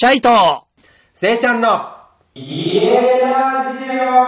チャイとせいちゃんの家ラジ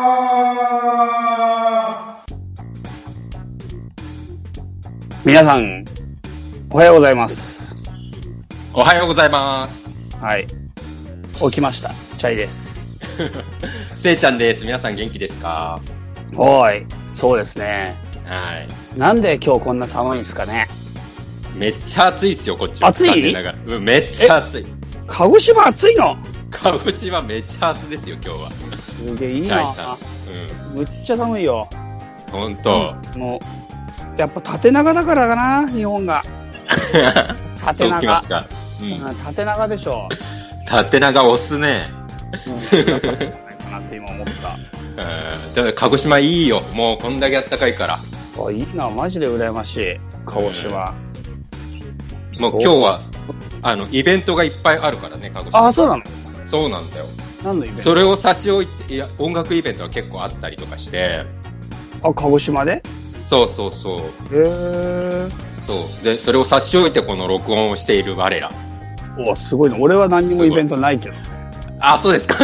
オ。皆さんおはようございます。 おはようございます。 はい、起きました。チャイですせいちゃんです。皆さん元気ですか？ おい、そうですね。 はい。 なんで今日こんな寒いんですかね。 めっちゃ暑いですよ、こっちは。 暑い？ うん、めっちゃ暑い。 鹿児島暑いの？ 鹿児島めっちゃ暑ですよ、今日は。 すげえいいな。むっちゃ寒いよ。 ほんと。 もうやっぱ縦長だからかな、日本が。縦長。 そうきますか。 縦長でしょ。 縦長押すね。 だからないかなって今思った。 だから鹿児島いいよ。もうこんだけ暖かいから。 あ、いいな、マジで羨ましい。鹿児島。 もう今日はイベントがいっぱいあるからね、鹿児島。 あ、そうなの？ そうなんだよ。 何のイベント？ それを差し置いて、いや、音楽イベントは結構あったりとかして。 あ、鹿児島で？ そうそうそう。 へー。 そうで、それを差し置いてこの録音をしている我ら。 お、すごいね。俺は何にもイベントないけど。 あ、そうですか。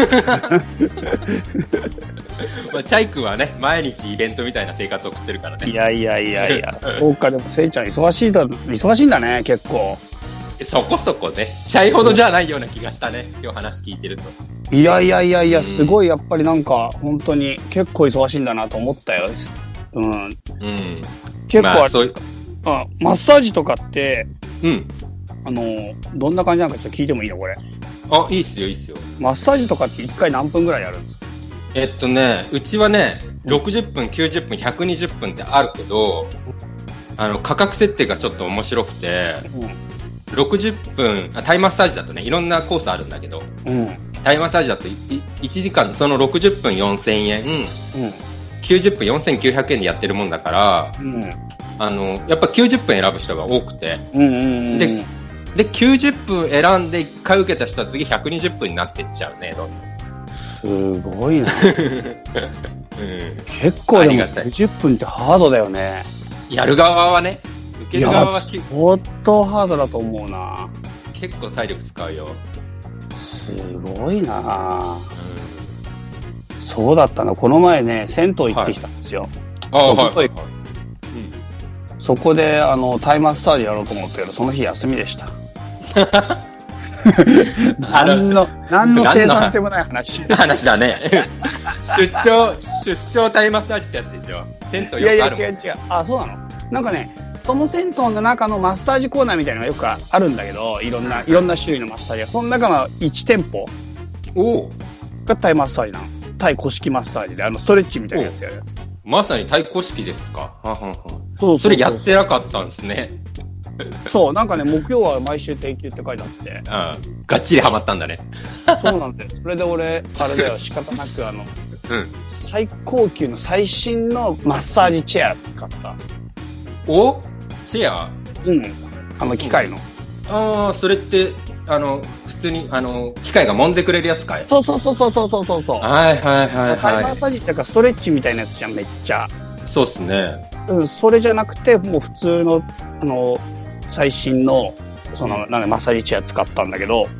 まあ、チャイ君はね、毎日イベントみたいな生活を送ってるからね。 いや。そうか、でもせいちゃん忙しいんだね、結構。 そこそこね、チャイほどじゃないような気がしたね、今日話聞いてると。 いや、すごいやっぱりなんか、本当に結構忙しいんだなと思ったよ。うん。結構あれですか、マッサージとかって、どんな感じなのかちょっと聞いてもいいのこれ。 あ、いいっすよ。 マッサージとかって1回何分ぐらいやるんですか？ うちはね、60分、90分、120分ってあるけど、価格設定がちょっと面白くて、60分、タイマッサージだとね、いろんなコースあるんだけど、タイマッサージだと1時間、その60分4000円、90分4900円でやってるもんだから、やっぱ90分選ぶ人が多くて、で、90分選んで1回受けた人は次120分になってっちゃうね、どんどん。 すごいな。結構でも90分ってハードだよね。 やる側はね、受ける側は相当ハードだと思うな。 結構体力使うよ。 すごいな、そうだったな。この前ね、銭湯行ってきたんですよ。そこでタイマッサージやろうと思ったけど、その日休みでした。何の生産性もない話だね。出張タイマッサージってやつでしょ。銭湯よくあるもん。 違う。あ、そうなの。なんかね、その銭湯の中のマッサージコーナーみたいなのがよくあるんだけど、いろんな種類のマッサージが、その中の1店舗がタイマッサージなの。タイ古式マッサージで、ストレッチみたいなやつやるやつ。 まさにタイ古式ですか。 そう。 それやってなかったんですね。 そう、なんかね、木曜は毎週定休って書いてあって。 がっちりハマったんだね。 そうなんだよ。それで俺、あれだよ、仕方なく最高級の最新のマッサージチェア使った。 お？チェア？ 機械の。 それって、普通に、機械が揉んでくれるやつかい？ そう。 はい。 タイマッサージってかストレッチみたいなやつじゃん、めっちゃ。 そうっすね。 それじゃなくて、もう普通の、最新の、マッサージチェア使ったんだけど、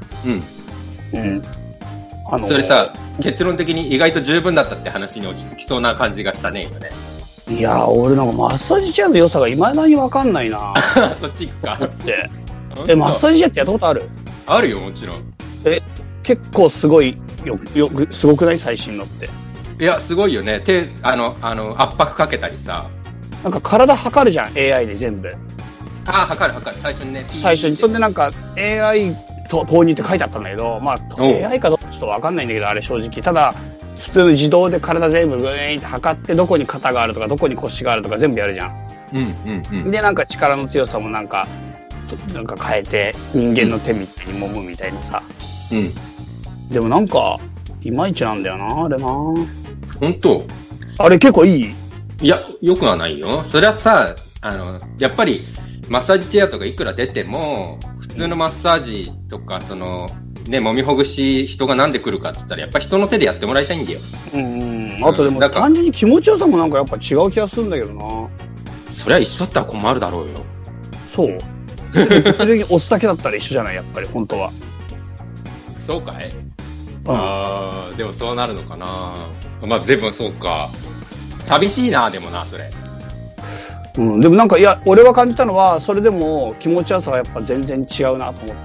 それさ、結論的に意外と十分だったって話に落ち着きそうな感じがしたね、今ね。 いやー、俺なんかマッサージチェアの良さが未だに分かんないな。 そっち行くか。 マッサージチェアってやったことある？ あるよ、もちろん。 結構すごいすごくない？最新のって。 いや、すごいよね。圧迫かけたりさ。 なんか体測るじゃん、AI で全部。 測る。最初にね。 最初に。それでなんか AI 投入って書いてあったんだけど、まあ、AI かどうかちょっと分かんないんだけど、あれ正直。ただ、普通の自動で体全部グーンって測って、どこに肩があるとか、どこに腰があるとか全部やるじゃん。で、なんか力の強さもなんか変えて、人間の手みたいに揉むみたいなさ。でもなんか、いまいちなんだよな、あれな。 本当？ あれ結構いい？ いや、よくはないよ。それはさ、やっぱり、マッサージチェアとかいくら出ても、普通のマッサージとか、揉みほぐし、人がなんで来るかって言ったら、やっぱ人の手でやってもらいたいんだよ。 あとでも、単純に気持ちよさもなんかやっぱ違う気がするんだけどな。 そりゃ一緒だったら困るだろうよ。 そう。時々押すだけだったら一緒じゃない、やっぱり、本当は。 そうかい？ああ、でもそうなるのかな。まあ、でもそうか。寂しいな、でもな、それ。 でもなんか、いや、俺は感じたのは、それでも気持ちよさがやっぱ全然違うなと思って、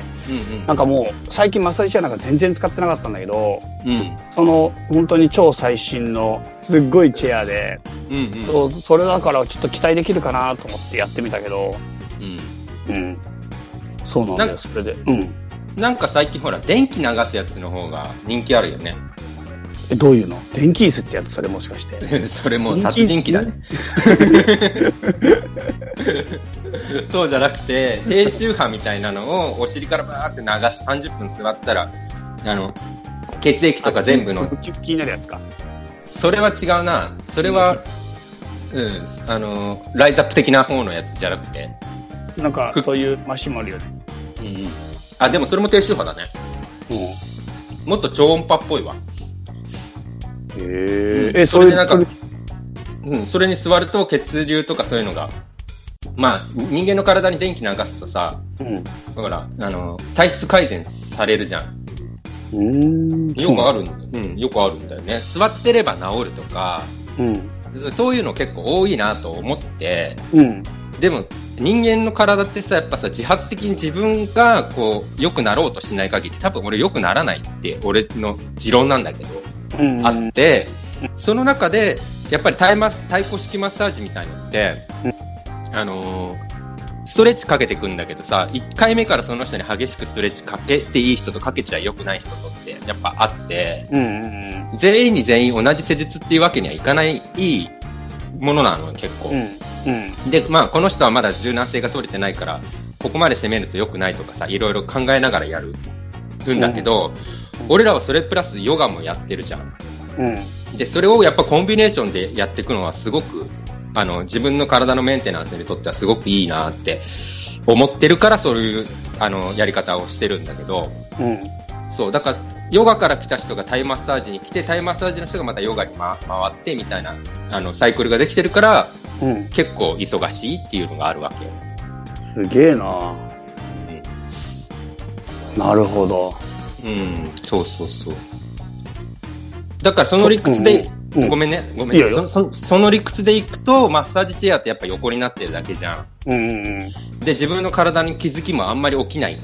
なんかもう、最近マッサージチェアなんか全然使ってなかったんだけど、その、本当に超最新の、すっごいチェアで、それだからちょっと期待できるかなと思ってやってみたけど、そうなんだよ、それで。 なんか最近ほら、電気流すやつの方が人気あるよね。 どういうの？電気椅子ってやつ？それもしかして。 それもう殺人鬼だね。そうじゃなくて、低周波みたいなのをお尻からバーって流す。30分座ったら、血液とか全部の。 気になるやつか。 それは違うな。それは、ライズアップ的な方のやつじゃなくて。 なんか、そういうマシンもあるよね。 あ、でもそれも低周波だね。もっと超音波っぽいわ。それでなんか、それに座ると血流とかそういうのが、まあ、人間の体に電気流すとさ、だから、体質改善されるじゃん。よくあるんだよね。座ってれば治るとか、そういうの結構多いなと思って、でも、人間の体ってさ、やっぱさ、自発的に自分がこう、良くなろうとしない限り、多分俺良くならないって、俺の持論なんだけど、あって、その中で、やっぱり太鼓式マッサージみたいのって、ストレッチかけてくんだけどさ、1回目からその人に激しくストレッチかけていい人とかけちゃ良くない人とってやっぱあって、全員に全員同じ施術っていうわけにはいかないものなの結構。で、まあこの人はまだ柔軟性が取れてないから、ここまで攻めると良くないとかさ、いろいろ考えながらやるんだけど、俺らはそれプラスヨガもやってるじゃん。で、それをやっぱコンビネーションでやっていくのはすごく、自分の体のメンテナンスにとってはすごくいいなって思ってるから、そういう、やり方をしてるんだけど、そう、だから、ヨガから来た人がタイマッサージに来て、タイマッサージの人がまたヨガに回ってみたいな、サイクルができてるから、結構忙しいっていうのがあるわけよ。 すげえな。なるほど。 そうそうそう。だからその理屈で、ごめんね。その理屈でいくと、マッサージチェアってやっぱ横になってるだけじゃん。で、自分の体に気づきもあんまり起きないから、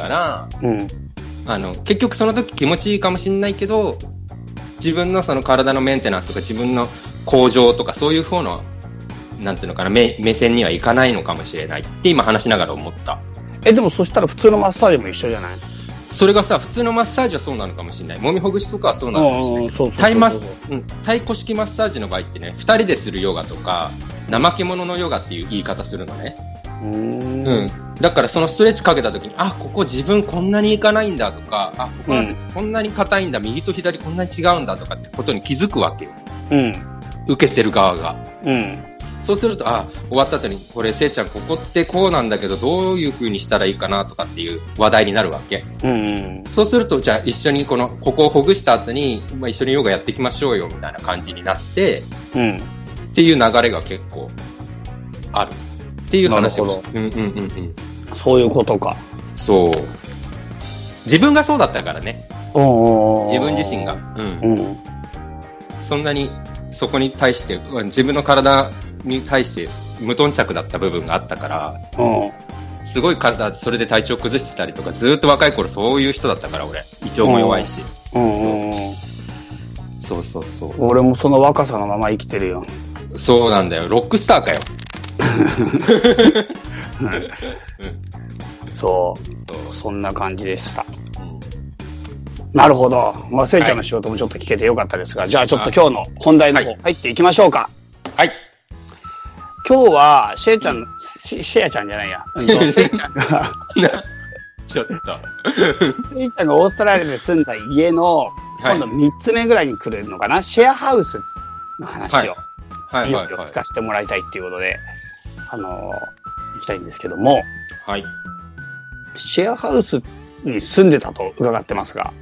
結局その時気持ちいいかもしれないけど、自分のその体のメンテナンスとか自分の向上とかそういう方の、なんていうのかな、目線にはいかないのかもしれないって今話しながら思った。 でもそしたら普通のマッサージも一緒じゃない？ それがさ、普通のマッサージはそうなのかもしれない。揉みほぐしとかはそうなのかもしれない。太鼓式マッサージの場合ってね、二人でするヨガとか、怠け者のヨガっていう言い方するのね。だからそのストレッチかけた時に、あ、ここ自分こんなにいかないんだとか、あ、ここはこんなに硬いんだ、右と左こんなに違うんだとかってことに気づくわけよ。受けてる側が。そうすると、あ、終わった後に、これ、せいちゃん、ここってこうなんだけど、どういう風にしたらいいかなとかっていう話題になるわけ。そうすると、じゃあ一緒にここをほぐした後に、まあ、一緒にヨガやっていきましょうよ、みたいな感じになって、っていう流れが結構ある。っていう話を。 そういうことか。 そう。自分がそうだったからね。自分自身が。そんなに、そこに対して、自分の体に対して無頓着だった部分があったから、すごい体、それで体調崩してたりとか、ずっと若い頃そういう人だったから、俺。胃腸も弱いし。そうそうそう。 俺もその若さのまま生きてるよ。 そうなんだよ。ロックスターかよ。 そう。そんな感じでした。なるほど。まあ、せいちゃんの仕事もちょっと聞けてよかったですが、じゃあちょっと今日の本題の方入っていきましょうか。 はい。 今日は、シェイちゃん、シェイちゃんじゃないや。せいちゃんが、 ちょっと。 せいちゃんがオーストラリアで住んだ家の、今度3つ目ぐらいに来るのかな、シェアハウスの話を、いよいよ聞かせてもらいたいっていうことで、行きたいんですけども、 はい。 シェアハウスに住んでたと伺ってますが。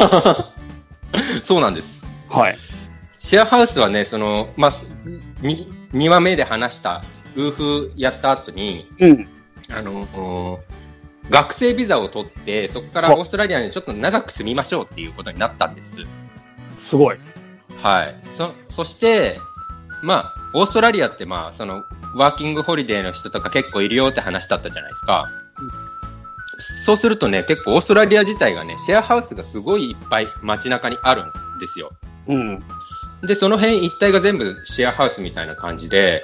そうなんです。 はい。 シェアハウスはね、まあ、2話目で話した、ウーフやった後に、 学生ビザを取って、そこからオーストラリアにちょっと長く住みましょうっていうことになったんです。 すごい。 はい。そして、まあ、オーストラリアって、まあ、その、ワーキングホリデーの人とか結構いるよって話だったじゃないですか。そうするとね、結構オーストラリア自体がね、シェアハウスがすごいいっぱい街中にあるんですよ。 うん。 で、その辺一帯が全部シェアハウスみたいな感じで、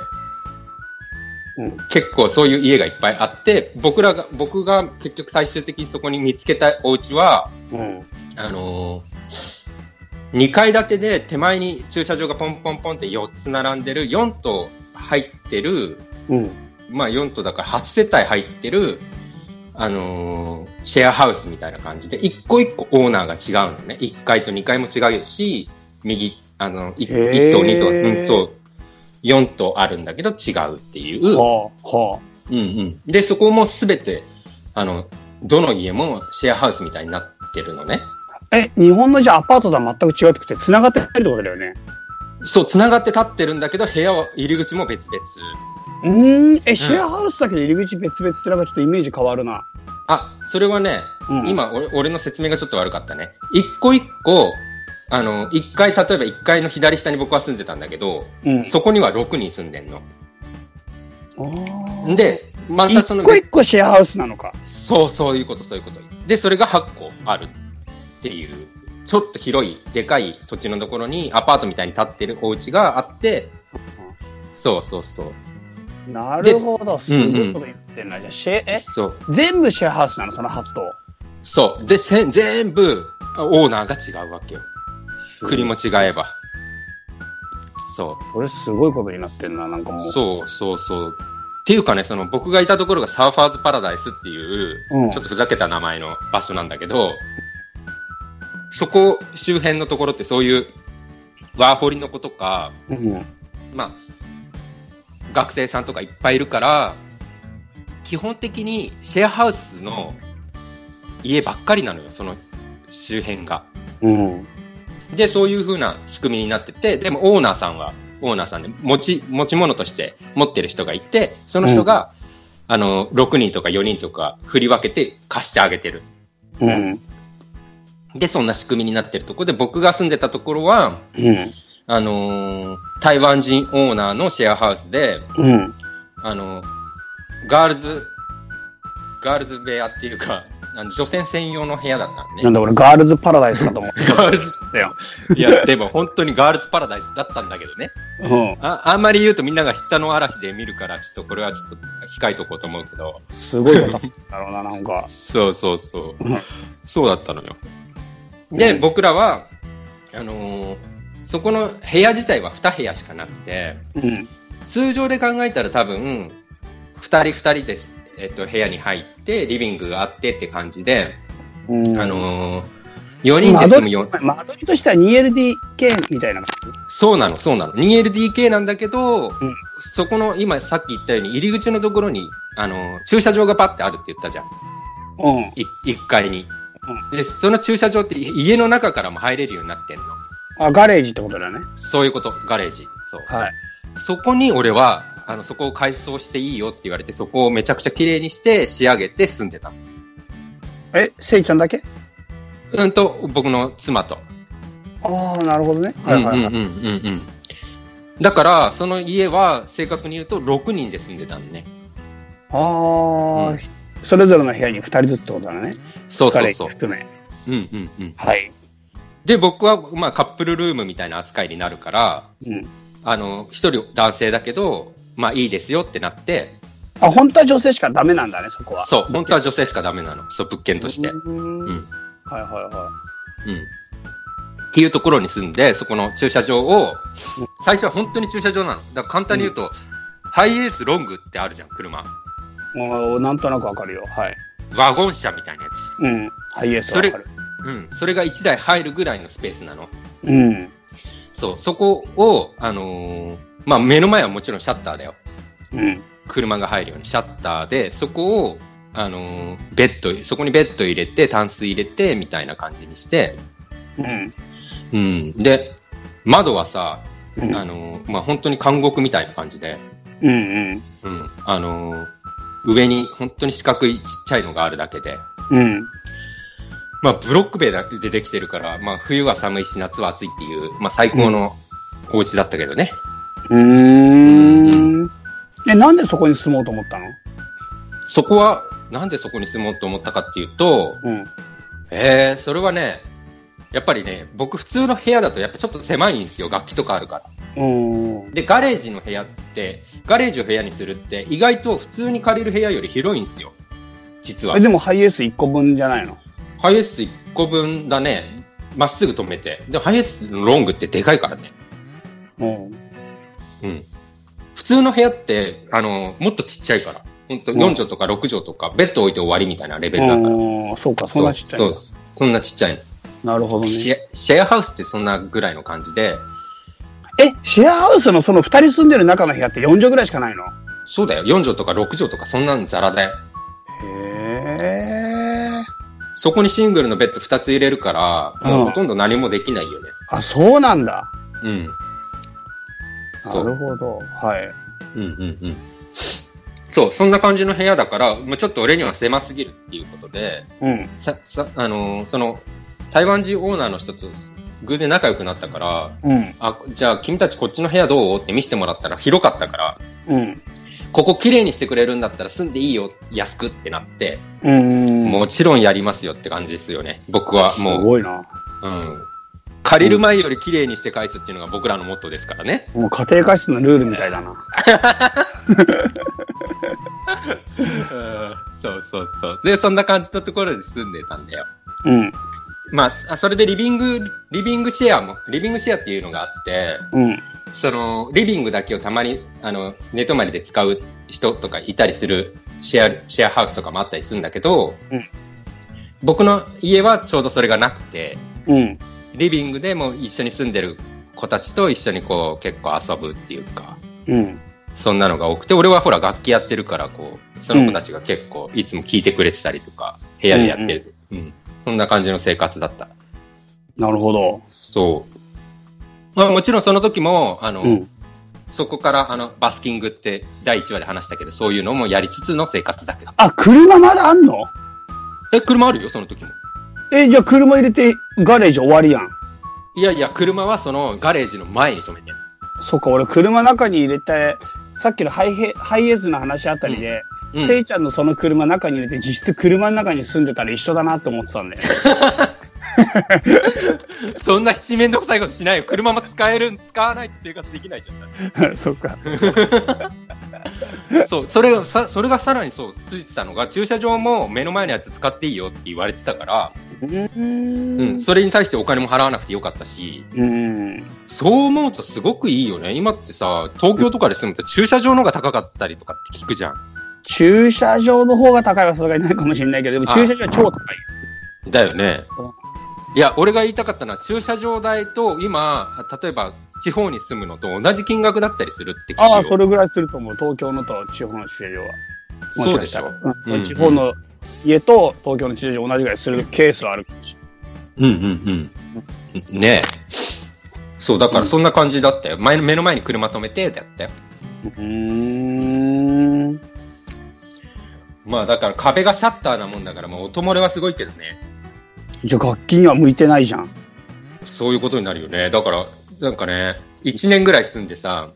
結構そういう家がいっぱいあって、僕が結局最終的にそこに見つけたお家は、2階建てで手前に駐車場がポンポンポンって4つ並んでる、4棟入ってる、まあ4棟だから8世帯入ってる、シェアハウスみたいな感じで、一個一個オーナーが違うのね。1階と2階も違うし、1棟2棟、そう。4棟あるんだけど違うっていう。で、そこもすべて、どの家もシェアハウスみたいになってるのね。 日本のじゃあアパートとは全く違ってくて、繋がってるってことだよね。 そう、繋がって立ってるんだけど、部屋は、入り口も別々。 シェアハウスだけど入り口別々ってなんかちょっとイメージ変わるな。 それはね、今、俺の説明がちょっと悪かったね。一個一個、1階、例えば1階の左下に僕は住んでたんだけど、そこには6人住んでんの。で、またその。 一個一個シェアハウスなのか。 そういうこと。で、それが8個あるっていう、ちょっと広い、でかい土地のところにアパートみたいに建ってるお家があって、そう。 なるほど、すごいこと言ってんな。じゃあ全部シェアハウスなの、その8棟。 そう。で、全部、オーナーが違うわけよ。国も違えば。そう。 これすごいことになってんな、なんかもう。 そう。っていうかね、その僕がいたところがサーファーズパラダイスっていう、ちょっとふざけた名前の場所なんだけど、そこ周辺のところってそういうワーホリの子とか、まあ、学生さんとかいっぱいいるから、基本的にシェアハウスの家ばっかりなのよ、その周辺が。で、そういう風な仕組みになってて、でもオーナーさんで持ち物として持ってる人がいて、その人が、6人とか4人とか振り分けて貸してあげてる。で、そんな仕組みになってるところで、僕が住んでたところは、台湾人オーナーのシェアハウスで、ガールズ部屋っていうか、女性専用の部屋だったんね。 なんだ俺、ガールズパラダイスかと思って。 ガールズだよ。いや、でも本当にガールズパラダイスだったんだけどね。あんまり言うとみんなが下の嵐で見るから、ちょっとこれはちょっと控えとこうと思うけど。 すごいことだろうな、なんか。 そう。そうだったのよ。で、僕らは、そこの部屋自体は2部屋しかなくて、通常で考えたら多分、2人で、部屋に入って、リビングがあってって感じで、4人で住むよ。 間取りとしては 2LDK みたいな感じ？ そうなの。2LDK なんだけど、そこの、今さっき言ったように、入り口のところに、駐車場がパッてあるって言ったじゃん。1階に。で、その駐車場って家の中からも入れるようになってんの。 ガレージってことだね。 そういうこと、ガレージ。そう。 はい。 そこに俺は、そこを改装していいよって言われて、そこをめちゃくちゃ綺麗にして仕上げて住んでた。 せいちゃんだけ？ 僕の妻と。 なるほどね。 だから、その家は正確に言うと6人で住んでたのね。 それぞれの部屋に2人ずつってことだね。 そう。 含め。はい。 で、僕は、まあ、カップルルームみたいな扱いになるから、一人男性だけど、まあ、いいですよってなって。 本当は女性しかダメなんだね、そこは。 そう、本当は女性しかダメなの。そう、物件として。っていうところに住んで、そこの駐車場を、最初は本当に駐車場なの。だから簡単に言うと、ハイエースロングってあるじゃん、車。 なんとなくわかるよ。はい。 ワゴン車みたいなやつ。 ハイエースわかる。 それが1台入るぐらいのスペースなの。そう、そこを、まあ、目の前はもちろんシャッターだよ。車が入るようにシャッターで、そこを、そこにベッド入れて、タンス入れて、みたいな感じにして、で、窓はさ、まあ、本当に監獄みたいな感じで、 上に本当に四角いちっちゃいのがあるだけで。 うん。 まあ、ブロック塀でできてるから、まあ、冬は寒いし、夏は暑いっていう、まあ、最高のお家だったけどね。 なんでそこに住もうと思ったの？ そこは、なんでそこに住もうと思ったかっていうと、それはね、やっぱりね、僕普通の部屋だとやっぱちょっと狭いんですよ、楽器とかあるから。で、ガレージの部屋って、ガレージを部屋にするって、意外と普通に借りる部屋より広いんですよ、実は。 でもハイエース1個分じゃないの？ ハイエース1個分だね。まっすぐ止めて。で、ハイエースのロングってでかいからね。うん。普通の部屋って、もっとちっちゃいから。ほんと4畳とか6畳とか、ベッド置いて終わりみたいなレベルだから。 そうか、そんなちっちゃい。 そう、そんなちっちゃいの。 なるほどね。 シェアハウスってそんなぐらいの感じで。 シェアハウスのその2人住んでる中の部屋って4畳ぐらいしかないの？ そうだよ。4畳とか6畳とかそんなんザラだよ。そこにシングルのベッド2つ入れるから、もうほとんど何もできないよね。 あ、そうなんだ。 うん。 なるほど。はい。 そう、そんな感じの部屋だから、もうちょっと俺には狭すぎるっていうことで、その、台湾人オーナーの人と偶然仲良くなったから、じゃあ君たちこっちの部屋どうって見せてもらったら広かったから、ここ綺麗にしてくれるんだったら住んでいいよ、安くってなって、もちろんやりますよって感じですよね。僕はもう。 すごいな。 借りる前より綺麗にして返すっていうのが僕らのモットーですからね。 もう家庭科室のルールみたいだな。 そう。で、そんな感じのところで住んでたんだよ。まあ、それでリビングシェアっていうのがあって、その、リビングだけをたまに、寝泊まりで使う人とかいたりするシェアハウスとかもあったりするんだけど、僕の家はちょうどそれがなくて、リビングでも一緒に住んでる子たちと一緒にこう結構遊ぶっていうか、そんなのが多くて、俺はほら楽器やってるから、こう、その子たちが結構いつも聴いてくれてたりとか、部屋でやってる。そんな感じの生活だった。 なるほど。 そう。まあもちろんその時も、そこからバスキングって第1話で話したけど、そういうのもやりつつの生活だけど。 あ、車まだあんの？ 車あるよ、その時も。 じゃあ車入れてガレージ終わりやん。 いやいや、車はそのガレージの前に止めて。 そうか、俺車中に入れて、さっきのハイエースの話あたりで、せいちゃんのその車中に入れて、実質車の中に住んでたら一緒だなって思ってたんだよ。 そんな七面倒くさいことしないよ。車も使わないって生活できないじゃん。 そうか。 そう、それがさらにそう、ついてたのが、駐車場も目の前のやつ使っていいよって言われてたから、それに対してお金も払わなくてよかったし、そう思うとすごくいいよね。今ってさ、東京とかで住むと駐車場の方が高かったりとかって聞くじゃん。 駐車場の方が高いはそれがいないかもしれないけど、でも駐車場は超高い。 だよね。いや、俺が言いたかったのは、駐車場代と今、例えば地方に住むのと同じ金額だったりするって聞くよ。 ああ、それぐらいすると思う。東京のと地方の駐車場は。 そうでしょ。 地方の家と東京の駐車場同じぐらいするケースはあるかもしれない。 ねえ。そう、だからそんな感じだったよ。目の前に車止めてってやったよ。まあだから壁がシャッターなもんだから、もう音漏れはすごいけどね。 じゃあ楽器には向いてないじゃん。 そういうことになるよね。だから、なんかね、1年ぐらい住んでさ、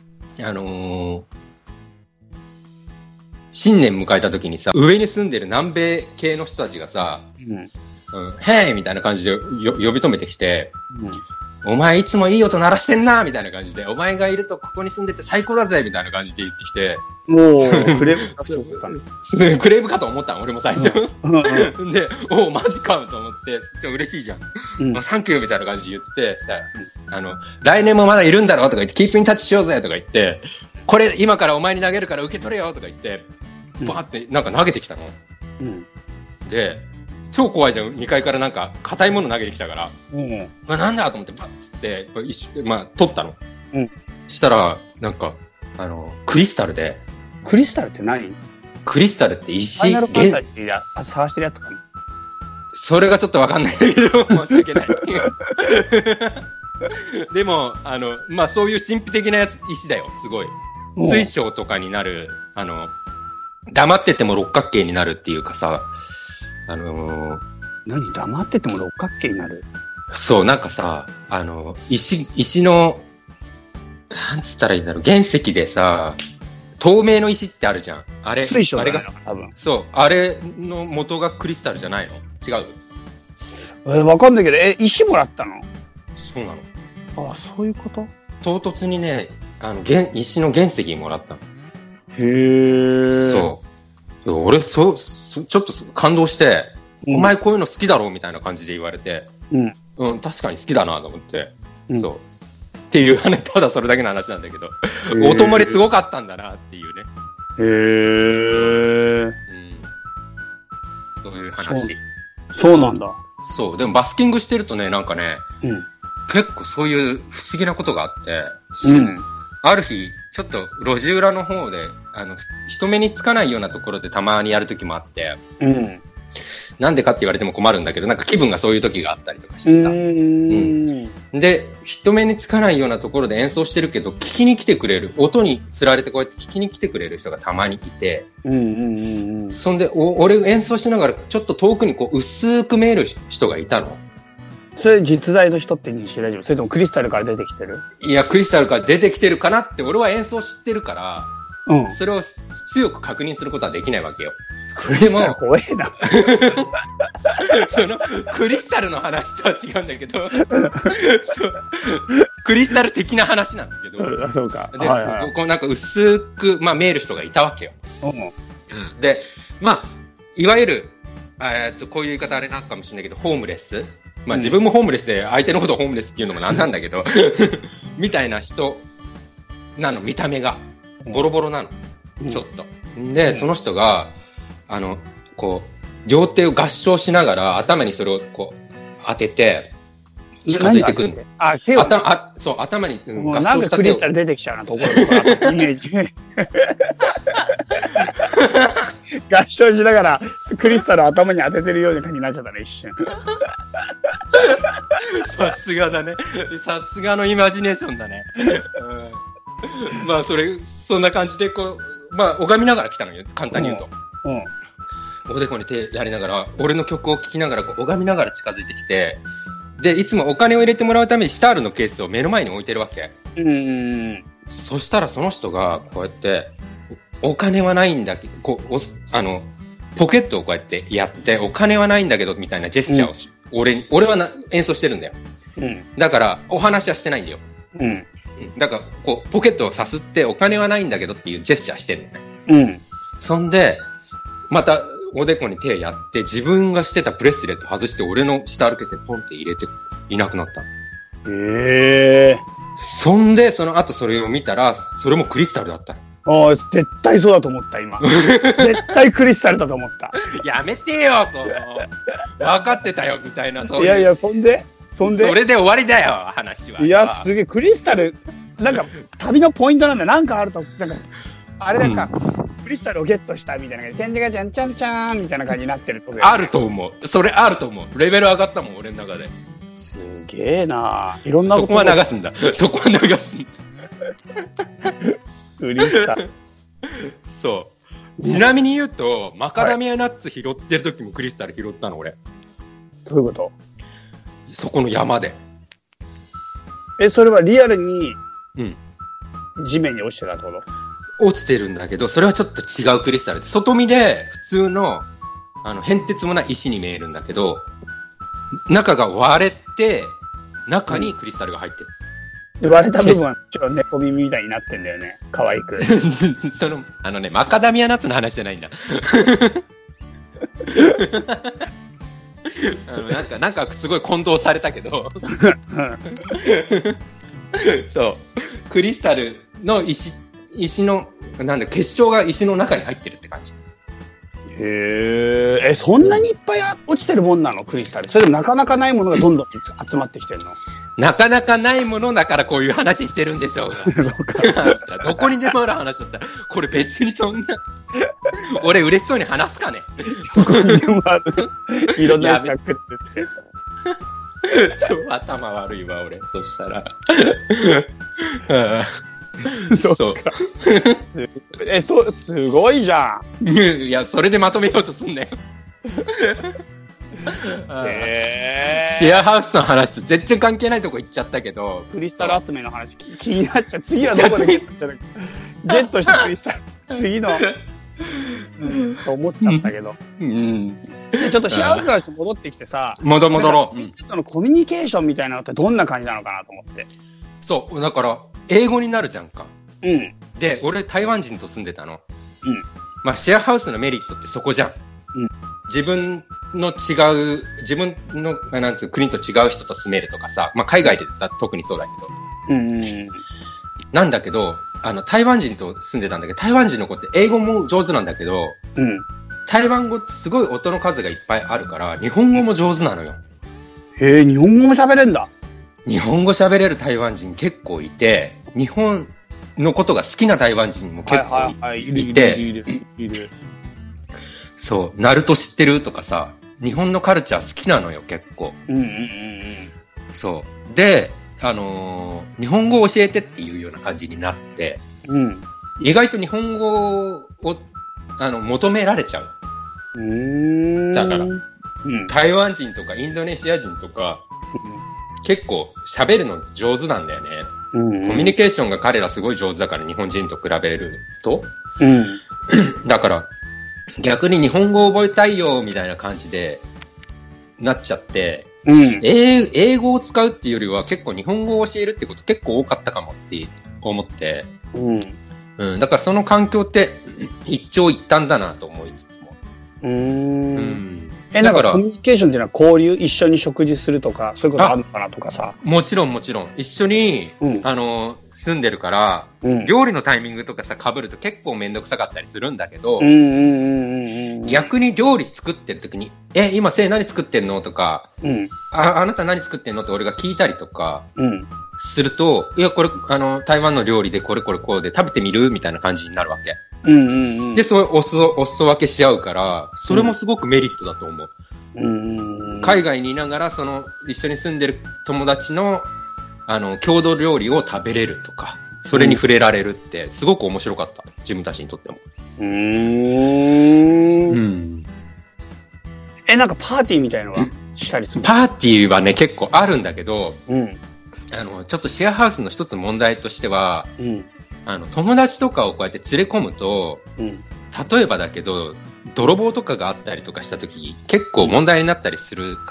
新年迎えた時にさ、上に住んでる南米系の人たちがさ、へーみたいな感じで呼び止めてきて、お前いつもいい音鳴らしてんなみたいな感じで、お前がいるとここに住んでて最高だぜみたいな感じで言ってきて、 もうクレームかと思ったね。クレームかと思ったの、俺も最初。で、おマジかと思って、嬉しいじゃん。サンキューみたいな感じで言ってて、来年もまだいるんだろとか言って、キープインタッチしようぜとか言って、これ今からお前に投げるから受け取れよとか言って、バーってなんか投げてきたの。で、超怖いじゃん。2階からなんか硬いもの投げてきたから。なんだと思ってバッて、取ったの。したら、なんか、クリスタルで。 クリスタルって何？ クリスタルって石。 ファイナルファンタジーで探してるやつかな？ それがちょっとわかんないんだけど、申し訳ない。でも、そういう神秘的な石だよ、すごい。水晶とかになる、 黙ってても六角形になるっていうかさ、 何黙ってても六角形になる？ そう、なんかさ、石の、なんつったらいいんだろう、原石でさ、透明の石ってあるじゃん。あれ、 水晶あれだよ多分。 そう、あれの元がクリスタルじゃないの？違う？ わかんないけど、石もらったの？ そうなの。 あ、そういうこと？ 唐突にね、石の原石もらったの。 へー。 そう。俺、ちょっと感動して、お前こういうの好きだろみたいな感じで言われて、確かに好きだなと思って、そう。っていうね、ただそれだけの話なんだけど、音漏れすごかったんだなっていうね。そういう話。 そうなんだ。 そう。でもバスキングしてるとね、なんかね、結構そういう不思議なことがあって、ある日、ちょっと路地裏の方で、人目につかないようなところでたまにやるときもあって、なんでかって言われても困るんだけど、なんか気分がそういう時があったりとかしてさ。で、人目につかないようなところで演奏してるけど、聞きに来てくれる、音につられてこうやって聞きに来てくれる人がたまにいて、そんで、俺演奏しながらちょっと遠くにこう薄く見える人がいたの。 それ実在の人って認識大丈夫？それともクリスタルから出てきてる？ いや、クリスタルから出てきてるかなって俺は演奏知ってるから、それを強く確認することはできないわけよ。 クリスタル怖えな。 そのクリスタルの話とは違うんだけどクリスタル的な話なんだけど、 そうか。 で、こうなんか薄く、見える人がいたわけよ。で、いわゆるこういう言い方あれなんかもしれないけど、ホームレス、自分もホームレスで相手のことをホームレスっていうのもなんなんだけどみたいな人なの。見た目がボロボロなの、ちょっとで、その人がこう両手を合掌しながら頭にそれをこう当てて近づいてくるんで、手をそう頭に合掌した手を、 なんかクリスタル出てきちゃうなところとかイメージ合掌しながらクリスタルを頭に当ててるような感じになっちゃったね、一瞬。 さすがだね。さすがのイマジネーションだね。そんな感じでこう、拝みながら来たのよ、簡単に言うと。おでこに手やりながら、俺の曲を聴きながらこう拝みながら近づいてきて、でいつもお金を入れてもらうためにシタールのケースを目の前に置いてるわけ。そしたらその人がこうやってお金はないんだけど、ポケットをこうやってやってお金はないんだけどみたいなジェスチャーを俺は演奏してるんだよ。だからお話はしてないんだよ。だからこうポケットをさすってお金はないんだけどっていうジェスチャーしてるのね。そんでまたおでこに手やって自分がしてたブレスレット外して俺のシタールケースにポンって入れていなくなった。そんでその後それを見たらそれもクリスタルだったの。 絶対そうだと思った今。絶対クリスタルだと思った。 やめてよ、分かってたよみたいな。 いやいや、そんでそれで終わりだよ話は。 いや、すげえクリスタルなんか旅のポイントなんだ。なんかあるとなんかあれなんか、クリスタルをゲットしたみたいな感じで、てんてがちゃんちゃんちゃんみたいな感じになってると、 あると思う。それあると思う。レベル上がったもん俺の中で。 すげえな。いろんなことそこは流すんだ。そこは流すんだ。 クリスタル。 そう。ちなみに言うと、マカダミアナッツ拾ってる時もクリスタル拾ったの俺。 どういうこと？ そこの山で。 それはリアルに地面に落ちてたってこと？ 落ちてるんだけど、それはちょっと違うクリスタルで、外見で普通の変哲もない石に見えるんだけど、中が割れて中にクリスタルが入ってる。で割れた部分はちょっと猫耳みたいになってんだよね。可愛く。 マカダミアナッツの話じゃないんだ。なんかすごい混同されたけど。そうクリスタルの石の結晶が石の中に入ってるって感じ。 へえ。そんなにいっぱい落ちてるもんなのクリスタル？それでもなかなかないものがどんどん集まってきてるの？ なかなかないものだからこういう話してるんでしょうが。どこにでもある話だったらこれ別にそんな俺嬉しそうに話すかね。 どこにでもあるいろんなやつが食ってて頭悪いわ俺。そしたらそうか。すごいじゃん。 いや、それでまとめようとすんだよ。シェアハウスの話と全然関係ないとこ行っちゃったけど。 クリスタル集めの話気になっちゃう。次はどこでゲットしたのか。ゲットしたクリスタル。次の。と思っちゃったけど。ちょっとシェアハウスの話戻ってきてさ。 戻ろう。 そのコミュニケーションみたいなのってどんな感じなのかなと思って。 そう、だから、英語になるじゃんか。 うん。 で、俺台湾人と住んでたの。 うん。 まあ、シェアハウスのメリットってそこじゃん。 うん。 自分のなんつう国と違う人と住めるとかさ、まあ、海外で特にそうだけど。なんだけど、台湾人と住んでたんだけど、台湾人の子って英語も上手なんだけど、台湾語ってすごい音の数がいっぱいあるから、日本語も上手なのよ。 へえ、日本語も喋れんだ。 日本語喋れる台湾人結構いて、日本のことが好きな台湾人も結構いて、そう、ナルト知ってるとかさ、日本のカルチャー好きなのよ、結構。そう。で、日本語を教えてっていうような感じになって、意外と日本語を求められちゃう。だから、台湾人とかインドネシア人とか、結構喋るの上手なんだよね。コミュニケーションが彼らすごい上手だから、日本人と比べると。だから、逆に日本語を覚えたいよみたいな感じでなっちゃって、英語を使うっていうよりは結構日本語を教えるってこと結構多かったかもって思って、だからその環境って一長一短だなと思いつつも。 だからコミュニケーションっていうのは交流、一緒に食事するとか、そういうことあるのかなとかさ。 もちろん。一緒に、住んでるから、料理のタイミングとかさ、被ると結構めんどくさかったりするんだけど、逆に料理作ってる時に、今何作ってんのとか、あなた何作ってんのって俺が聞いたりとか、すると、いや、これ、台湾の料理でこれこうで食べてみるみたいな感じになるわけ。で、お裾分けし合うから、それもすごくメリットだと思う。海外にいながら、一緒に住んでる友達の、郷土料理を食べれるとか、それに触れられるって、すごく面白かった。自分たちにとっても。 なんかパーティーみたいのはしたりする？ パーティーはね、結構あるんだけど、ちょっとシェアハウスの一つ問題としては、友達とかをこうやって連れ込むと、例えばだけど、泥棒とかがあったりとかしたとき、結構問題になったりするから、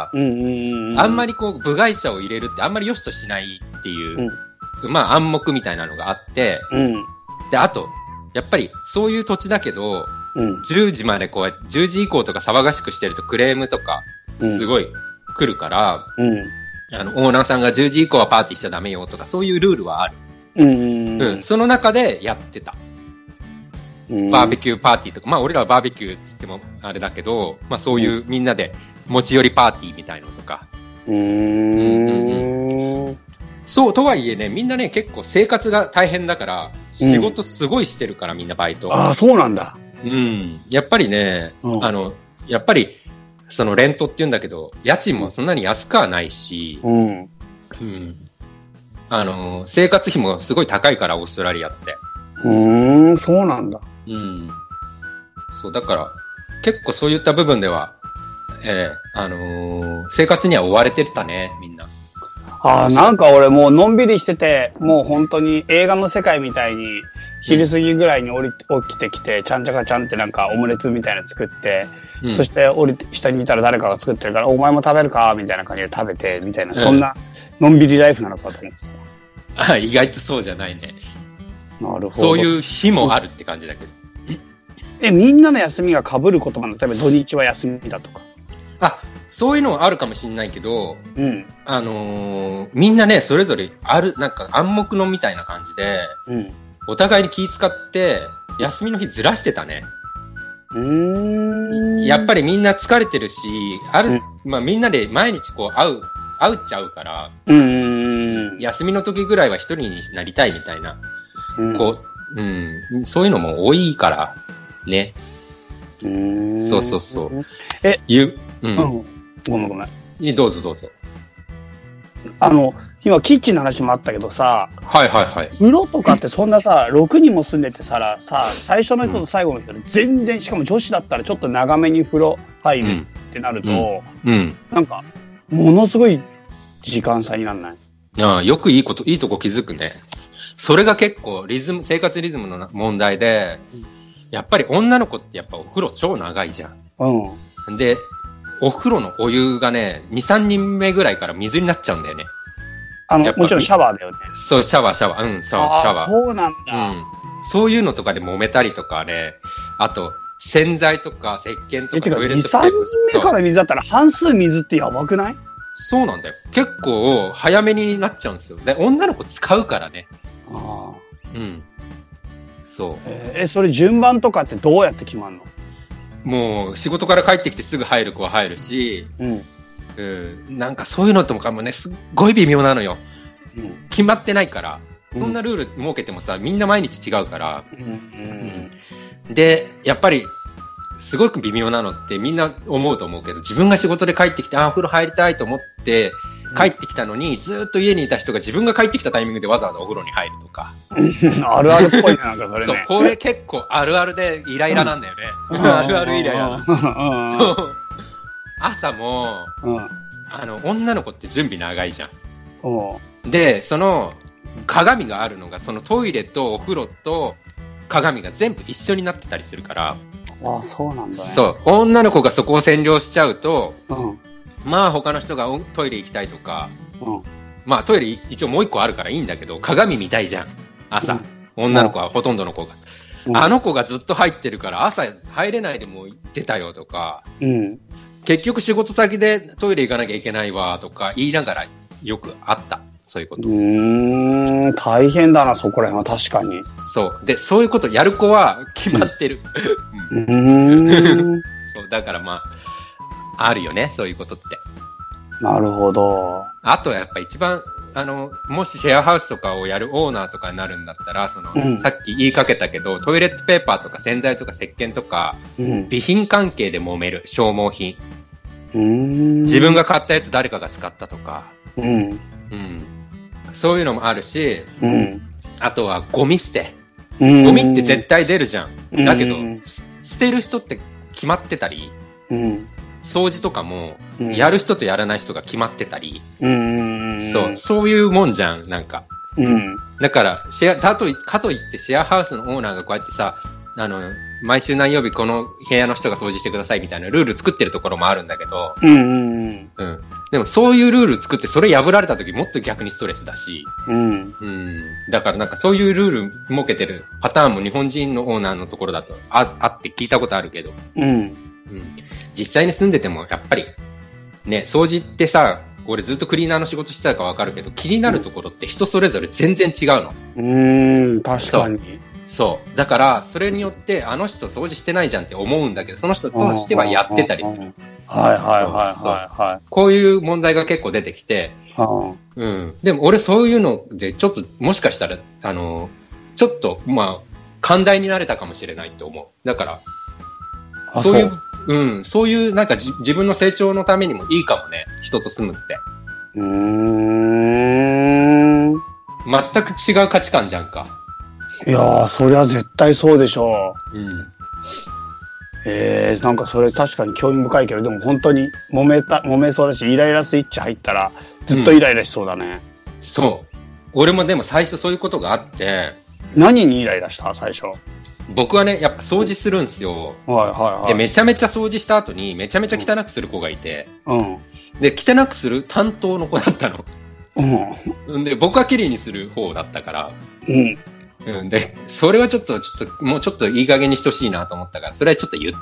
あんまり部外者を入れるってあんまり良しとしないっていう、まあ暗黙みたいなのがあって、で、あと、やっぱりそういう土地だけど、10時までこうやって、10時以降とか騒がしくしてるとクレームとか、すごい来るから、オーナーさんが10時以降はパーティーしちゃダメよとか、そういうルールはある。その中でやってた。バーベキューパーティーとか、まあ俺らはバーベキューって言ってもあれだけど、まあそういうみんなで持ち寄りパーティーみたいのとか。そう、とはいえね、みんなね、結構生活が大変だから、仕事すごいしてるから、みんなバイト。 ああ、そうなんだ。 やっぱりね、やっぱり、レントって言うんだけど、家賃もそんなに安くはないし、生活費もすごい高いから、オーストラリアって。 そうなんだ。 そう、だから、結構そういった部分では、生活には追われてたね、みんな。 なんか俺もうのんびりしてて、もう本当に映画の世界みたいに、昼過ぎぐらいに起きてきて、ちゃんちゃかちゃんってなんかオムレツみたいなの作って、そして下にいたら誰かが作ってるから、お前も食べるかみたいな感じで食べて、みたいな、そんなのんびりライフなのかと思ってた。意外とそうじゃないね。 なるほど。 そういう日もあるって感じだけど。 みんなの休みが被ることも、例えば土日は休みだとか。 そういうのはあるかもしれないけど、みんなね、それぞれなんか暗黙のみたいな感じで、お互いに気遣って、休みの日ずらしてたね。やっぱりみんな疲れてるし、まあみんなで毎日こう会っちゃうから、休みの時ぐらいは一人になりたいみたいな、そういうのも多いから、ね。そうそうそう。 ごめん。 どうぞ。 今キッチンの話もあったけどさ、 はいはいはい。 風呂とかってそんなさ、6人も住んでてさ、最初の人と最後の人で全然、しかも女子だったらちょっと長めに風呂入るってなると、なんか、ものすごい時間差になんない？ ああ、よくいいとこ気づくね。それが結構生活リズムの問題で、やっぱり女の子ってやっぱお風呂超長いじゃん。で、お風呂のお湯がね、2、3人目ぐらいから水になっちゃうんだよね。 もちろんシャワーだよね。 そう、シャワー。シャワー。 そうなんだ。 そういうのとかで揉めたりとかね、あと、洗剤とか石鹸とかトイレットペーパー。2、3 人目から水だったら半数水ってやばくない？ そうなんだよ。結構早めになっちゃうんですよ。で、女の子使うからね。そう。 それ順番とかってどうやって決まるの？ もう仕事から帰ってきてすぐ入る子は入るし、なんかそういうのともね、すっごい微妙なのよ。決まってないから、そんなルール設けてもさ、みんな毎日違うから。で、やっぱり、すごく微妙なのってみんな思うと思うけど、自分が仕事で帰ってきて、お風呂入りたいと思って帰ってきたのに、ずっと家にいた人が自分が帰ってきたタイミングでわざわざお風呂に入るとか。 あるあるっぽいね、なんかそれね。 そう、これ結構あるあるでイライラなんだよね。あるあるイライラ。そう。朝も、女の子って準備長いじゃん。で、その鏡があるのが、そのトイレとお風呂と鏡が全部一緒になってたりするから。 そうなんだね。 そう、女の子がそこを占領しちゃうと、まあ他の人がトイレ行きたいとか、まあトイレ一応もう一個あるからいいんだけど、鏡見たいじゃん、朝。女の子はほとんどの子が。あの子がずっと入ってるから朝入れないでもう出たよとか、結局仕事先でトイレ行かなきゃいけないわとか言いながらよくあった。そういうこと。 大変だな、そこら辺は確かに。 そう。で、そういうことやる子は決まってる。そう、だからまあ、あるよね、そういうことって。 なるほど。 あとはやっぱ一番、もしシェアハウスとかをやるオーナーとかになるんだったら、さっき言いかけたけど、トイレットペーパーとか洗剤とか石鹸とか、備品関係で揉める、消耗品。自分が買ったやつ誰かが使ったとか。そういうのもあるし、あとはゴミ捨て。ゴミって絶対出るじゃん。だけど、捨てる人って決まってたり、掃除とかも、やる人とやらない人が決まってたり、そういうもんじゃん、なんか。だから、かといってシェアハウスのオーナーがこうやってさ、毎週何曜日この部屋の人が掃除してくださいみたいなルール作ってるところもあるんだけど、でもそういうルール作ってそれ破られた時もっと逆にストレスだし、だからなんかそういうルール設けてるパターンも日本人のオーナーのところだとあって聞いたことあるけど、実際に住んでてもやっぱりね、掃除ってさ、俺ずっとクリーナーの仕事してたからわかるけど、気になるところって人それぞれ全然違うの。確かに。そう。だから、それによって、あの人掃除してないじゃんって思うんだけど、その人としてはやってたりする。こういう問題が結構出てきて、でも俺そういうので、ちょっと、もしかしたら、ちょっと、まあ、寛大になれたかもしれないと思う。だから、そういうなんか自分の成長のためにもいいかもね、人と住むって。全く違う価値観じゃんか。 いやー、そりゃ絶対そうでしょう。なんかそれ確かに興味深いけど、でも本当に揉めそうだし、イライラスイッチ入ったらずっとイライラしそうだね。 そう。俺もでも最初そういうことがあって。 何にイライラした最初？ 僕はね、やっぱ掃除するんですよ。で、めちゃめちゃ掃除した後にめちゃめちゃ汚くする子がいて。で、汚くする担当の子だったの。で、僕は綺麗にする方だったから。で、それはちょっと、もうちょっといい加減にしてほしいなと思ったから、それはちょっと言った。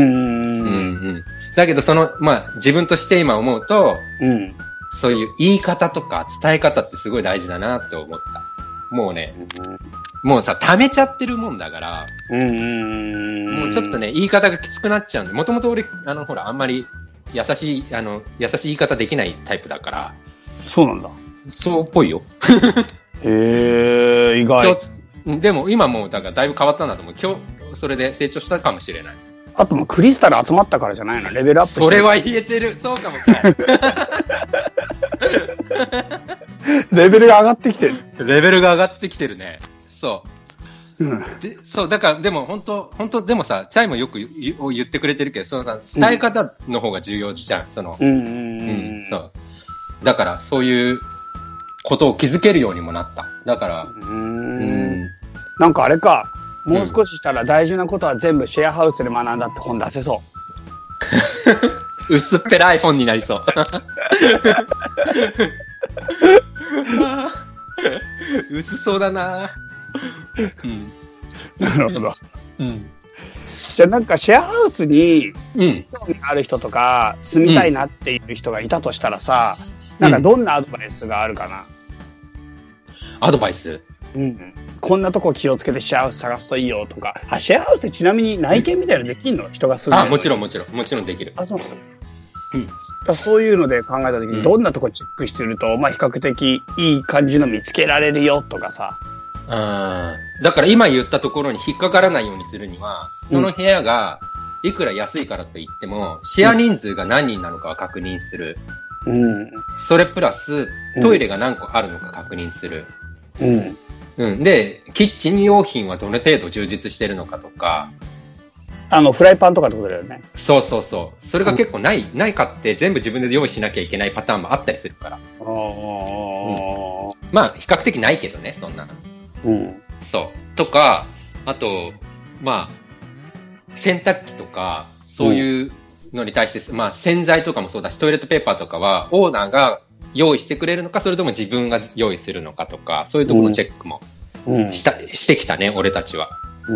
だけど、まあ、自分として今思うと、そういう言い方とか伝え方ってすごい大事だなって思った。もうね、もうさ、溜めちゃってるもんだから、もうちょっとね、言い方がきつくなっちゃうんで、もともと俺、ほら、あんまり優しい言い方できないタイプだから。 そうなんだ。 そうっぽいよ。 意外。 でも今もうだからだいぶ変わったんだと思う。今日それで成長したかもしれない。 あともうクリスタル集まったからじゃないの？レベルアップして。 それは言えてる。そうかもしれない。 レベルが上がってきてる。 レベルが上がってきてるね。そう。 うん、 そう、だから、でも本当でもさ、チャイもよく言ってくれてるけど、そのさ、伝え方の方が重要じゃん、その。そう。だから、そういうことを気づけるようにもなった。だから、 なんかあれか、もう少ししたら大事なことは全部シェアハウスで学んだって本出せそう。 薄っぺらい本になりそう。薄そうだな。 なるほど。じゃあなんかシェアハウスに興味がある人とか住みたいなっていう人がいたとしたらさ、なんかどんなアドバイスがあるかな。 アドバイス？ こんなとこ気をつけてシェアハウス探すといいよとか。シェアハウスってちなみに内見みたいなのできんの？人が住んでるの？ もちろんできる。 そうなの？そういうので考えたときにどんなとこチェックすると、比較的いい感じの見つけられるよとかさ。 だから今言ったところに引っかからないようにするには、その部屋がいくら安いからといっても、シェア人数が何人なのかは確認する。それプラス、トイレが何個あるのか確認する。で、キッチン用品はどの程度充実してるのかとか。 フライパンとかってことだよね。 そう。それが結構ないかって全部自分で用意しなきゃいけないパターンもあったりするから。まあ、比較的ないけどね、そんなの。そう。とか、あと、洗濯機とか、そういうのに対して、洗剤とかもそうだし、トイレットペーパーとかは、オーナーが用意してくれるのか、それとも自分が用意するのかとか、そういうところのチェックもしてきたね、俺たちは。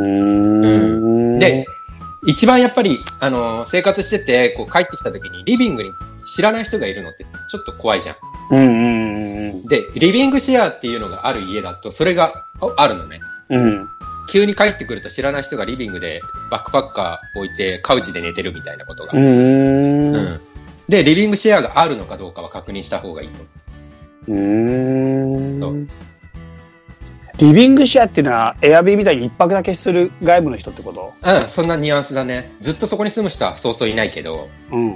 で、一番やっぱり、生活してて、こう帰ってきた時に、リビングに知らない人がいるのってちょっと怖いじゃん。で、リビングシェアっていうのがある家だと、それがあるのね。急に帰ってくると知らない人がリビングでバックパッカー置いてカウチで寝てるみたいなことが。で、リビングシェアがあるのかどうかは確認した方がいいと。そう。 リビングシェアっていうのはエアビーみたいに一泊だけする外部の人ってこと？ そんなニュアンスだね。ずっとそこに住む人はそうそういないけど、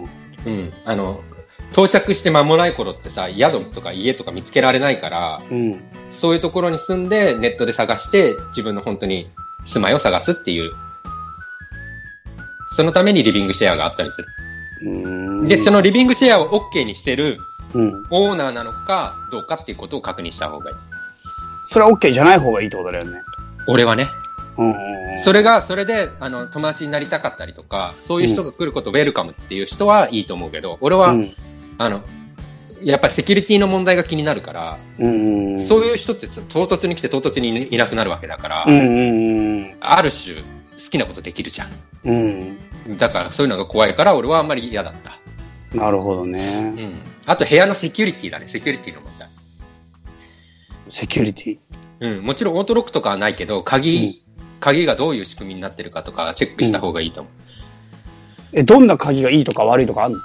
到着して間もない頃ってさ、宿とか家とか見つけられないから、そういうところに住んでネットで探して自分の本当に住まいを探すっていう、そのためにリビングシェアがあったりする。で、そのリビングシェアを OK にしてるオーナーなのかどうかっていうことを確認した方がいい。 それは OK じゃない方がいいってことだよね。 俺はね。それで、友達になりたかったりとか、そういう人が来ることをウェルカムっていう人はいいと思うけど、俺は、やっぱりセキュリティの問題が気になるから、そういう人って唐突に来て唐突にいなくなるわけだから、ある種好きなことできるじゃん。だからそういうのが怖いから俺はあんまり嫌だった。 なるほどね。 あと部屋のセキュリティだね、セキュリティの問題。 セキュリティ？ もちろんオートロックとかはないけど、鍵がどういう仕組みになってるかとかチェックした方がいいと思う。どんな鍵がいいとか悪いとかあるの？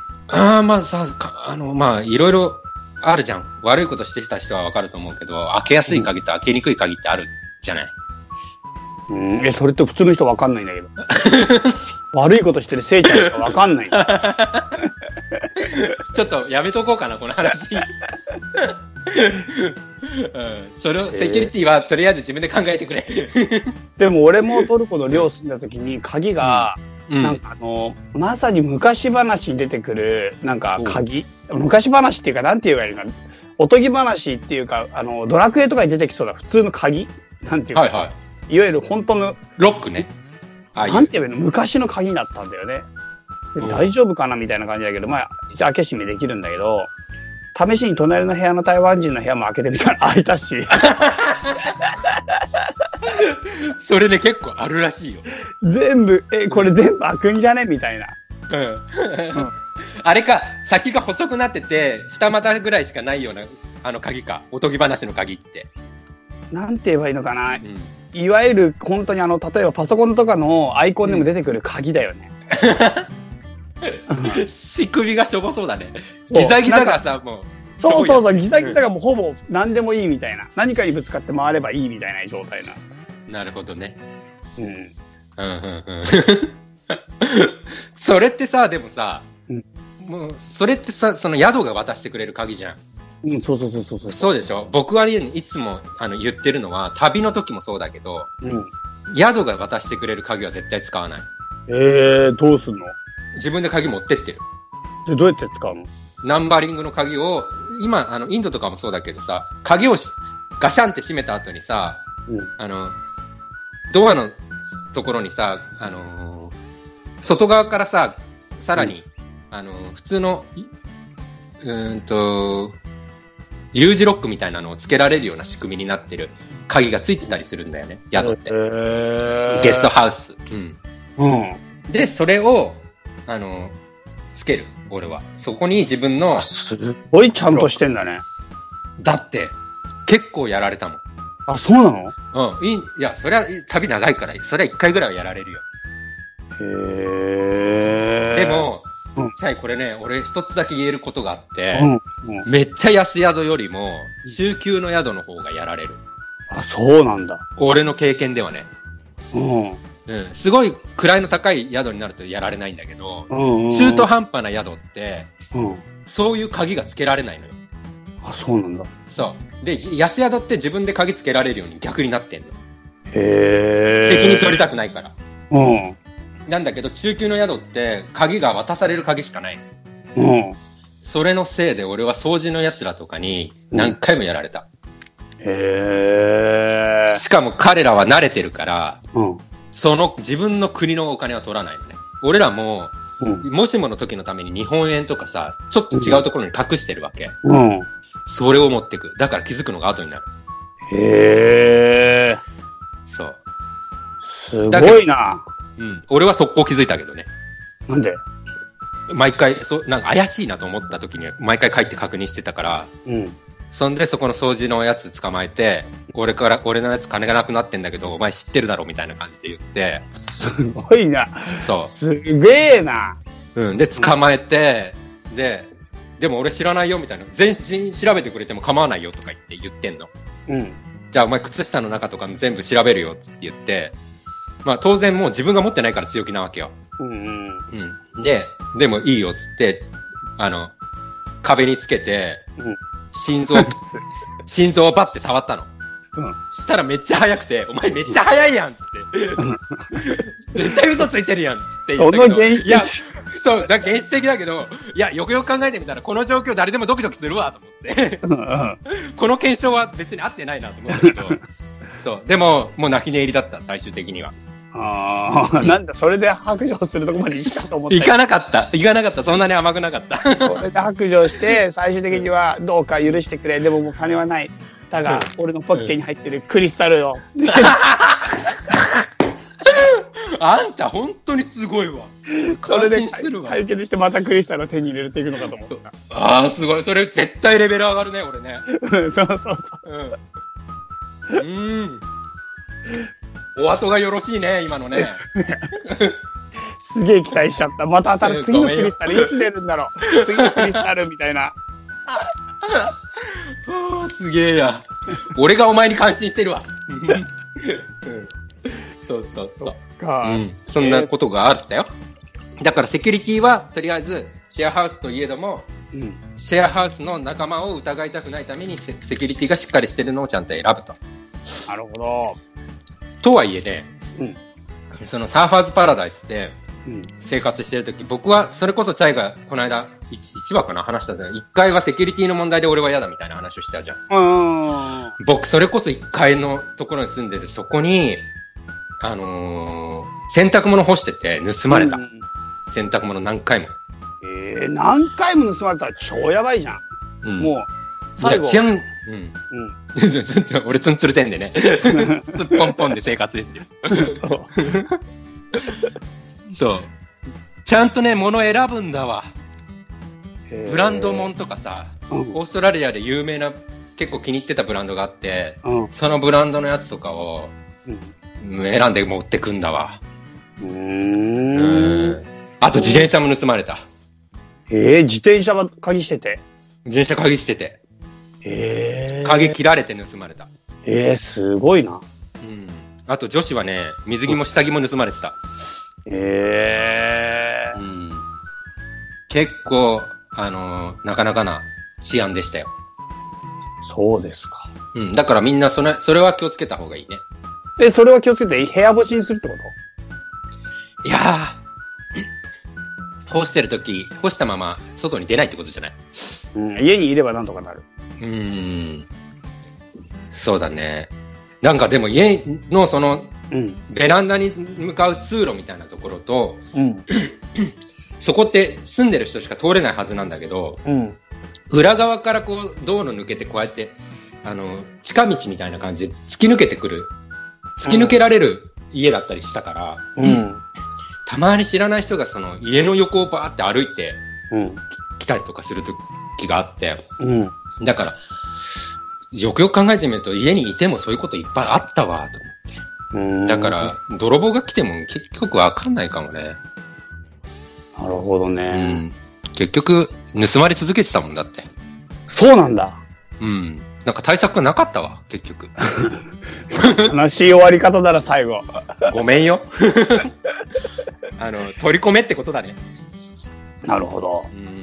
いろいろあるじゃん。悪いことしてきた人はわかると思うけど、開けやすい鍵と開けにくい鍵ってあるじゃない。 それって普通の人わかんないんだけど。悪いことしてるせいちゃんしかわかんない。 ちょっとやめとこうかな、この話。それを、セキュリティはとりあえず自分で考えてくれ。 でも俺もトルコの寮住んだ時に鍵が、なんかまさに昔話に出てくる、なんか鍵、昔話っていうか、なんて言えばいいのかな、おとぎ話っていうか、ドラクエとかに出てきそうな普通の鍵なんていうか、いわゆる本当のロックね。 なんて言えばいいの、昔の鍵だったんだよね。大丈夫かなみたいな感じだけど、一応開け閉めできるんだけど、試しに隣の部屋の台湾人の部屋も開けてみたら開いたし。 それね、結構あるらしいよ。 全部、これ全部開くんじゃねみたいな。 あれか、先が細くなってて、二股ぐらいしかないような、鍵か。おとぎ話の鍵って。 なんて言えばいいのかな。いわゆる、本当に例えばパソコンとかのアイコンでも出てくる鍵だよね。 仕組みがしょぼそうだね。ギザギザがさ、もう。 そう、ギザギザがもうほぼ何でもいいみたいな。何かにぶつかって回ればいいみたいな状態な。 なるほどね。それってさ、でもさ、もう、それってさ、その宿が渡してくれる鍵じゃん。 うん、そうそうそうそうそう。 そうでしょ。僕はいつも言ってるのは、旅の時もそうだけど、 うん。 宿が渡してくれる鍵は絶対使わない。 どうすんの？ 自分で鍵持ってってる。 で、どうやって使うの？ ナンバリングの鍵を、今、インドとかもそうだけどさ、鍵をガシャンって閉めた後にさ、 うん。 ドアのところにさ、外側からさ、さらに、普通の、U 字ロックみたいなのをつけられるような仕組みになってる鍵がついてたりするんだよね、宿って。ゲストハウス。うん。 うん。 で、それを、つける、俺は。そこに自分の。 すごいちゃんとしてんだね。 だって、結構やられたもん。 あ、そうなの？ うん。いや、それは旅長いから、それは1回ぐらいはやられるよ。でも、チャイ、これね、俺一つだけ言えることがあって、めっちゃ安宿よりも、中級の宿の方がやられる。 あ、そうなんだ。 俺の経験ではね。すごい位の高い宿になるとやられないんだけど、中途半端な宿って、そういう鍵がつけられないのよ。 あ、そうなんだ。 そう。で、安宿って自分で鍵つけられるように逆になってんの。 責任取りたくないから。なんだけど、中級の宿って、鍵が渡される鍵しかない。それのせいで、俺は掃除の奴らとかに何回もやられた。しかも彼らは慣れてるから、自分の国のお金は取らないのね。俺らも、もしもの時のために日本円とかさ、ちょっと違うところに隠してるわけ。それを持ってく。だから気づくのが後になる。そう。 すごいな。 俺は速攻気づいたけどね。 なんで？ 毎回、なんか怪しいなと思った時に毎回帰って確認してたから、そんでそこの掃除のやつ捕まえて、俺のやつ金がなくなってんだけど、お前知ってるだろみたいな感じで言って。 すごいな。 そう。 すげえな。 で、捕まえて、でも俺知らないよみたいな。全身調べてくれても構わないよとか言ってんの。じゃあお前靴下の中とか全部調べるよって言って、まあ当然もう自分が持ってないから強気なわけよ。でもいいよっつって、壁につけて、心臓をバッて触ったの。したらめっちゃ速くて、お前めっちゃ速いやんっつって。絶対嘘ついてるやんっつって言ったけど。 その原始的。 そう、原始的だけど、いや、よくよく考えてみたら、この状況誰でもドキドキするわと思って。この検証は別に合ってないなと思ったけど、そう。でも、もう泣き寝入りだった、最終的には。 なんだ、それで白状するとこまで行ったと思った。 行かなかった。そんなに甘くなかった。 それで白状して、最終的にはどうか許してくれ。でももう金はない。だが、俺のポッケに入ってるクリスタルを。 あんた本当にすごいわ。 それで解決してまたクリスタルを手に入れるっていくのかと思った。 すごい。それ絶対レベル上がるね、俺ね。 そう。 お後がよろしいね、今のね。 すげえ期待しちゃった。また次のクリスタルいつ出るんだろう。次のクリスタルみたいな。 すげえや。俺がお前に感心してるわ。そう。そんなことがあったよ。だからセキュリティはとりあえずシェアハウスといえども、シェアハウスの仲間を疑いたくないためにセキュリティがしっかりしてるのをちゃんと選ぶと。 なるほど。 とはいえね、そのサーファーズパラダイスで生活してるとき、僕はそれこそチャイがこの間1話かな話したんだけど、1階はセキュリティの問題で俺は嫌だみたいな話をしたじゃん。僕それこそ1階のところに住んでて、そこに洗濯物干してて盗まれた。洗濯物何回も。 何回も盗まれたら超やばいじゃん。もう最後。 俺ツンツルてんでね。すっぽんぽんで生活ですよ。そう。ちゃんとね、物選ぶんだわ。ブランド物とかさ、オーストラリアで有名な、結構気に入ってたブランドがあって、そのブランドのやつとかを、選んで持ってくんだわ。あと自転車も盗まれた。 自転車は鍵してて。 自転車鍵してて。鍵切られて盗まれた。 すごいな。 あと女子はね、水着も下着も盗まれてた。結構なかなかな治安でしたよ。 そうですか。 うん。だからみんなそれは気をつけた方がいいね。 で、それは気をつけて部屋干しにするってこいやー、干してるとき、干したまま外に出ないってことじゃない？ と？うん、家にいればなんとかなる。 そうだね。なんかでも家のその、ベランダに向かう通路みたいなところと、そこって住んでる人しか通れないはずなんだけど、裏側からこう道路抜けてこうやって近道みたいな感じで突き抜けてくる、突き抜けられる家だったりしたから、たまに知らない人がその家の横をバーって歩いて来たりとかする時があって、だからよくよく考えてみると家にいてもそういうこといっぱいあったわと思って、だから泥棒が来ても結局わかんないかもね。 なるほどね。 結局盗まれ続けてたもんだって。 そうなんだ。 なんか対策がなかったわ結局。 悲しい終わり方だな最後。 ごめんよ。取り込めってことだね。 なるほど。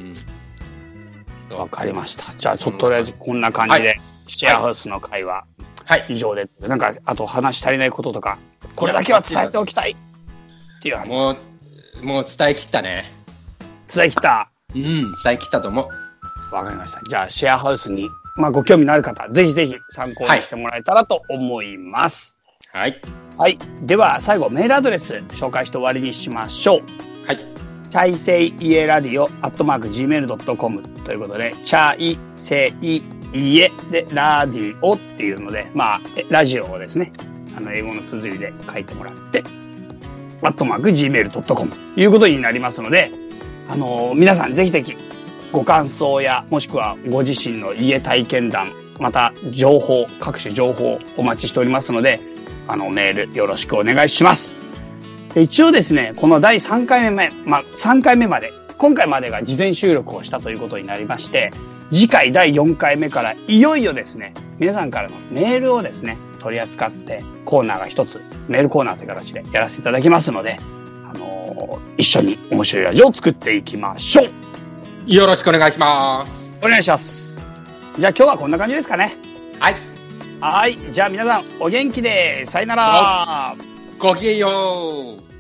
わかりました。じゃあちょっととりあえずこんな感じで、シェアハウスの会話、以上で、なんかあと話足りないこととか、これだけは伝えておきたいっていう話。 もう伝え切ったね。 伝え切った。 伝え切ったと思う。わかりました。じゃあシェアハウスにご興味のある方、ぜひぜひ参考にしてもらえたらと思います。 はい。 はい。では最後メールアドレス紹介して終わりにしましょう。 はい。 チャイセイイエラディオ@gmail.com ということで、チャイセイイエでラディオっていうので、ラジオをですね、英語の綴りで書いてもらって、@gmail.com ということになりますので、皆さんぜひぜひご感想やもしくはご自身の家体験談、また各種情報お待ちしておりますので、メールよろしくお願いします。一応ですね、この第3回目、3回目まで、今回までが事前収録をしたということになりまして、次回第4回目からいよいよですね、皆さんからのメールをですね、取り扱ってコーナーが一つ、メールコーナーという形でやらせていただきますので、一緒に面白いラジオを作っていきましょう。 よろしくお願いします。 お願いします。じゃあ今日はこんな感じですかね。 はい。 はい。じゃあ皆さんお元気で、さよなら。 ごきげんよう。